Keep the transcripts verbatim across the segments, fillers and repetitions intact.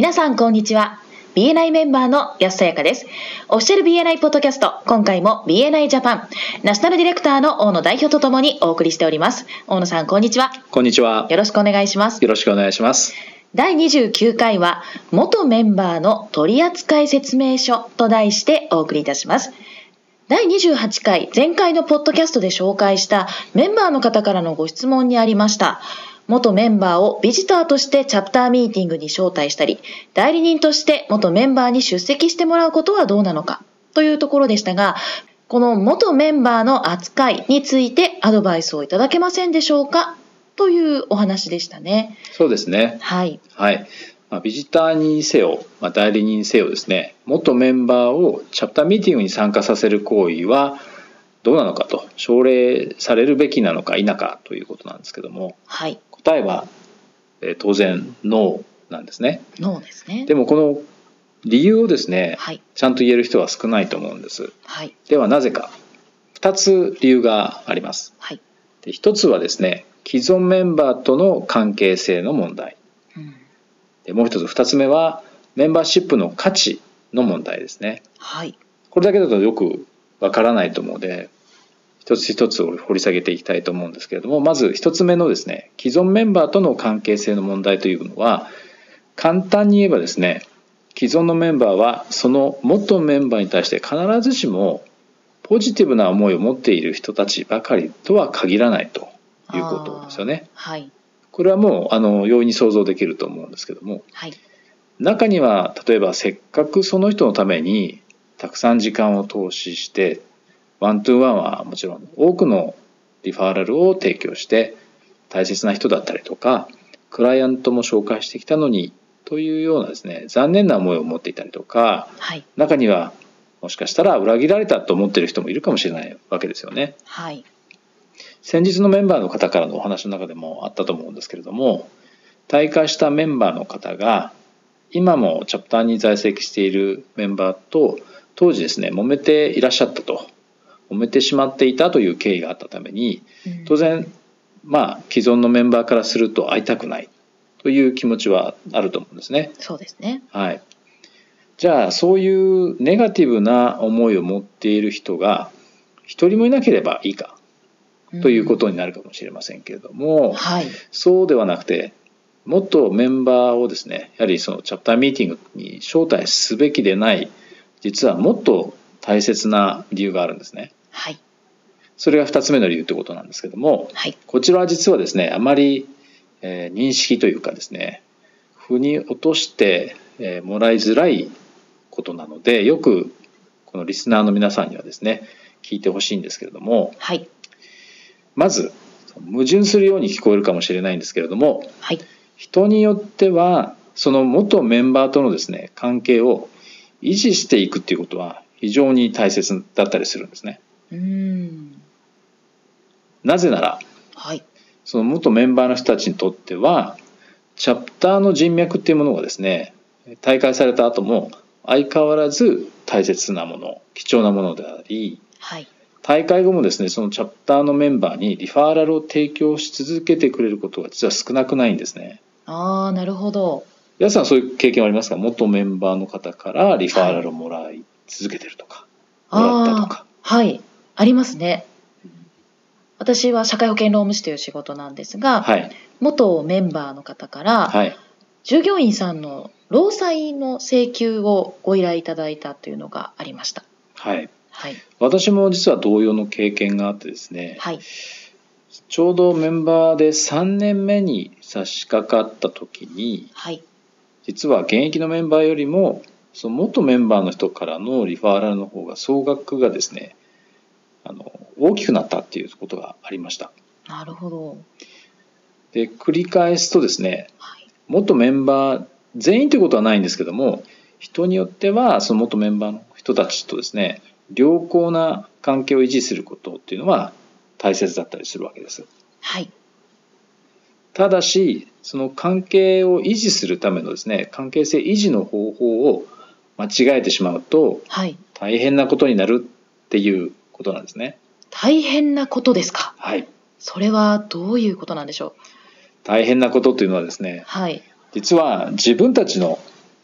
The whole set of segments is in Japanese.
皆さんこんにちは。 ビーエヌアイ メンバーの安さやかです。オフィシャル ビーエヌアイ ポッドキャスト、今回も ビーエヌアイ ジャパンナショナルディレクターの大野代表とともにお送りしております。大野さんこんにちは。 こんにちは。 よろしくお願いします。 よろしくお願いします。 だいにじゅうきゅうかいは元メンバーの取扱説明書と題してお送りいたします。だいにじゅうはちかい、前回のポッドキャストで紹介したメンバーの方からのご質問にありました。元メンバーをビジターとしてチャプターミーティングに招待したり、代理人として元メンバーに出席してもらうことはどうなのかというところでしたが、この元メンバーの扱いについてアドバイスをいただけませんでしょうかというお話でしたね。 そうですね。 はい。 はい。まあ、ビジターにせよ、まあ、代理人せよですね、元メンバーをチャプターミーティングに参加させる行為はどうなのかと、奨励されるべきなのか否かということなんですけども、 はい。 答えは、えー、当然ノーなんですね。 ノーですね。 でもこの理由をですね、 はい、 ちゃんと言える人は少ないと思うんです。 はい、 ではなぜか。ふたつ理由があります。 はい、 でひとつはですね、既存メンバーとの関係性の問題。うん、でもう一つ、ふたつめはメンバーシップの価値の問題ですね。 はい、 これだけだとよくわからないと思うので、一つ一つを掘り下げていきたいと思うんですけれども、まず一つ目のですね、既存メンバーとの関係性の問題というのは、簡単に言えばですね、既存のメンバーはその元メンバーに対して必ずしもポジティブな思いを持っている人たちばかりとは限らないということですよね。 はい、 これはもうあの容易に想像できると思うんですけども、 はい、 中には例えばせっかくその人のためにたくさん時間を投資して、ワントゥーワンはもちろん多くのリファーラルを提供して大切な人だったりとか、クライアントも紹介してきたのにというようなですね、残念な思いを持っていたりとか、はい、中にはもしかしたら裏切られたと思っている人もいるかもしれないわけですよね。 はい、 先日のメンバーの方からのお話の中でもあったと思うんですけれども、退会したメンバーの方が今もチャプターに在籍しているメンバーと当時ですね、揉めていらっしゃったと、揉めてしまっていたという経緯があったために、当然まあ既存のメンバーからすると会いたくないという気持ちはあると思うんですね。 そうですね。 はい。じゃあそういうネガティブな思いを持っている人が一人もいなければいいかということになるかもしれませんけれども、うんはい、そうではなくて、もっとメンバーをですね、やはりそのチャプターミーティングに招待すべきでない、実はもっと大切な理由があるんですね。 はい。 それがふたつめの理由ということなんですけども、はい、こちらは実はですね、あまり、えー、認識というかですね、腑に落として、えー、もらいづらいことなので、よくこのリスナーの皆さんにはですね、聞いてほしいんですけれども、はい、まず矛盾するように聞こえるかもしれないんですけれども、はい、人によってはその元メンバーとのですね、関係を維持していくっていうことは非常に大切だったりするんですね。うーんなぜなら、はい、その元メンバーの人たちにとってはチャプターの人脈っていうものがですね、退会された後も相変わらず大切なもの、貴重なものであり、はい、退会後もですね、そのチャプターのメンバーにリファーラルを提供し続けてくれることが実は少なくないんですね。 ああ、なるほど。 皆さんそういう経験はありますか？元メンバーの方からリファーラルをもらい続けてるとか、はい、もらったとか。 はい、ありますね。私は社会保険労務士という仕事なんですが、はい、元メンバーの方から、はい、従業員さんの労災の請求をご依頼いただいたというのがありました。 はいはい、私も実は同様の経験があってですね、はい、ちょうどメンバーでさんねんめに差し掛かった時に、はい、実は現役のメンバーよりもその元メンバーの人からのリファーラルの方が総額がですね、あの大きくなったっていうことがありました。 なるほど。 で、繰り返すとですね、はい、元メンバー全員ということはないんですけども、人によってはその元メンバーの人たちとですね、良好な関係を維持することっていうのは大切だったりするわけです。はい。ただし、その関係を維持するためのですね、関係性維持の方法を間違えてしまうと、はい、大変なことになるっていうことなんですね。 大変なことですか？ はい。 それはどういうことなんでしょう？ 大変なことというのはですね、はい、実は自分たちの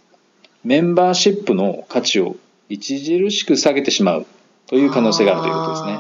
メンバーシップの価値を著しく下げてしまうという可能性があるということですね。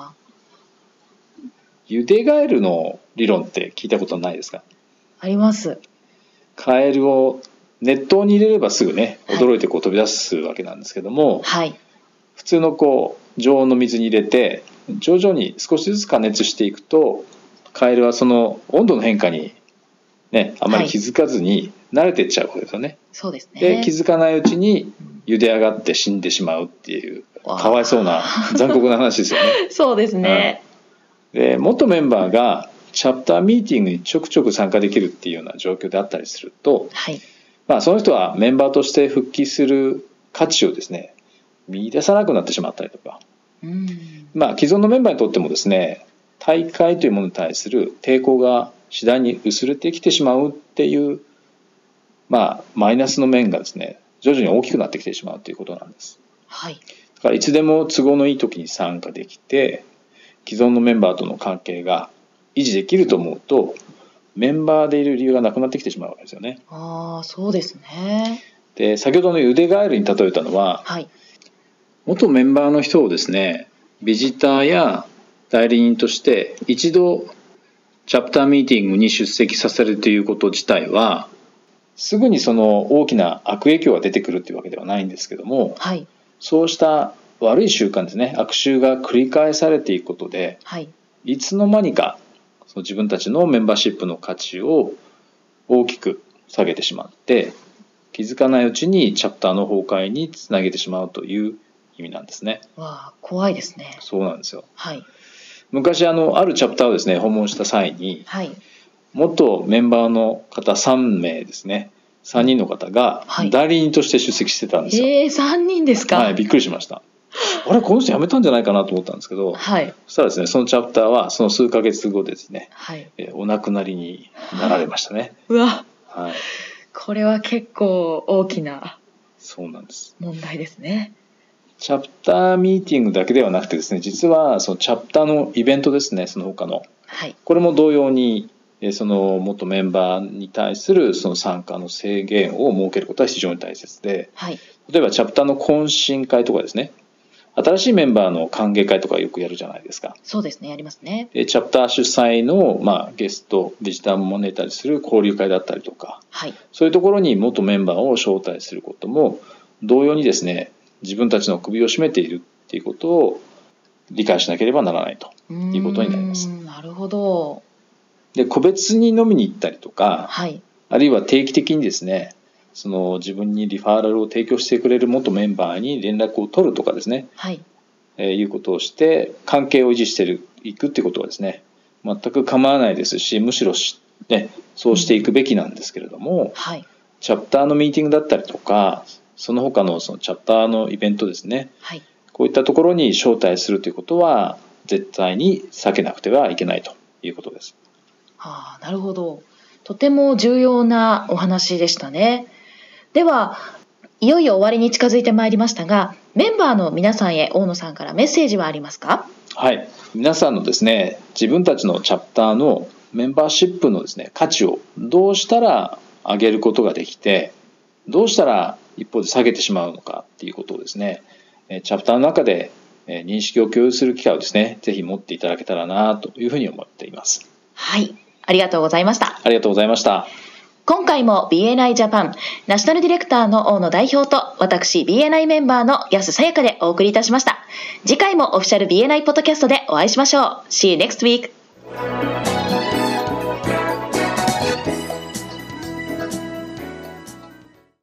ゆでガエルの理論って聞いたことないですか？ あります。 カエルを熱湯に入れればすぐね驚いてこう飛び出すわけなんですけども、 はい、 普通のこう常温の水に入れて徐々に少しずつ加熱していくと、カエルはその温度の変化にねあまり気づかずに慣れていっちゃうわけですよね。 そうですね。 で気づかないうちに茹で上がって死んでしまうっていうかわいそうな残酷な話ですよね。 そうですね、 うん、で元メンバーがチャプターミーティングにちょくちょく参加できるっていうような状況であったりすると、 はい、 まあ、その人はメンバーとして復帰する価値をですね見出さなくなってしまったりとか、 うんまあ、既存のメンバーにとってもですね大会というものに対する抵抗が次第に薄れてきてしまうっていう、まあ、マイナスの面がですね徐々に大きくなってきてしまうということなんです。 はい、 だからいつでも都合のいい時に参加できて既存のメンバーとの関係が維持できると思うとメンバーでいる理由がなくなってきてしまうわけですよね。 ああ、そうですね。 で先ほどのゆでガエルに例えたのは、 はい、 元メンバーの人をですねビジターや代理人として一度チャプターミーティングに出席させるということ自体はすぐにその大きな悪影響が出てくるというわけではないんですけども、 はい、 そうした悪い習慣ですね、悪習が繰り返されていくことで、 はい、 いつの間にかその自分たちのメンバーシップの価値を大きく下げてしまって気づかないうちにチャプターの崩壊につなげてしまうという意味なんですね。 わあ、怖いですね。 そうなんですよ。 はい、 昔あのあるチャプターをですね訪問した際に、 はい、 元メンバーの方さんめいですねさんにんの方が代理人として出席してたんですよ。 はい、えー、さんにんですか？ はい、びっくりしました。あれこの人辞めたんじゃないかなと思ったんですけど、 はい、 そしたらですねそのチャプターはその数ヶ月後ですね、 はい、 えー、お亡くなりになられましたね。 うわ、 はい、 これは結構大きなそうなんです問題ですね。 チャプターミーティングだけではなくてですね実はそのチャプターのイベントですねその他の、 はい、 これも同様にその元メンバーに対するその参加の制限を設けることは非常に大切で、 はい、 例えばチャプターの懇親会とかですね新しいメンバーの歓迎会とかよくやるじゃないですか。 そうですね、やりますね。 でチャプター主催の、まあ、ゲストビジターも招いたりする交流会だったりとか、 はい、 そういうところに元メンバーを招待することも同様にですね自分たちの首を絞めているっていうことを理解しなければならないということになります。 なるほど。 で個別に飲みに行ったりとか、 はい、 あるいは定期的にですねその自分にリファーラルを提供してくれる元メンバーに連絡を取るとかですね、 はいえー、いうことをして関係を維持していくっていうことはですね全く構わないですしむしろし、ね、そうしていくべきなんですけれども、 うん、はい、 チャプターのミーティングだったりとかその他のそのチャプターのイベントですね、 はい、 こういったところに招待するということは絶対に避けなくてはいけないということです。 はあ、なるほど。とても重要なお話でしたね。ではいよいよ終わりに近づいてまいりましたがメンバーの皆さんへ大野さんからメッセージはありますか？ はい、皆さんのですね自分たちのチャプターのメンバーシップのですね価値をどうしたら上げることができてどうしたら一方で下げてしまうのかっていうことをですねチャプターの中で認識を共有する機会をですねぜひ持っていただけたらなというふうに思っています。 はい、ありがとうございました。 ありがとうございました。 今回も ビーエヌアイ ジャパンナショナルディレクターの大野代表と私 ビーエヌアイ メンバーの安さやかでお送りいたしました。次回もオフィシャル ビーエヌアイ ポッドキャストでお会いしましょう。See you next week!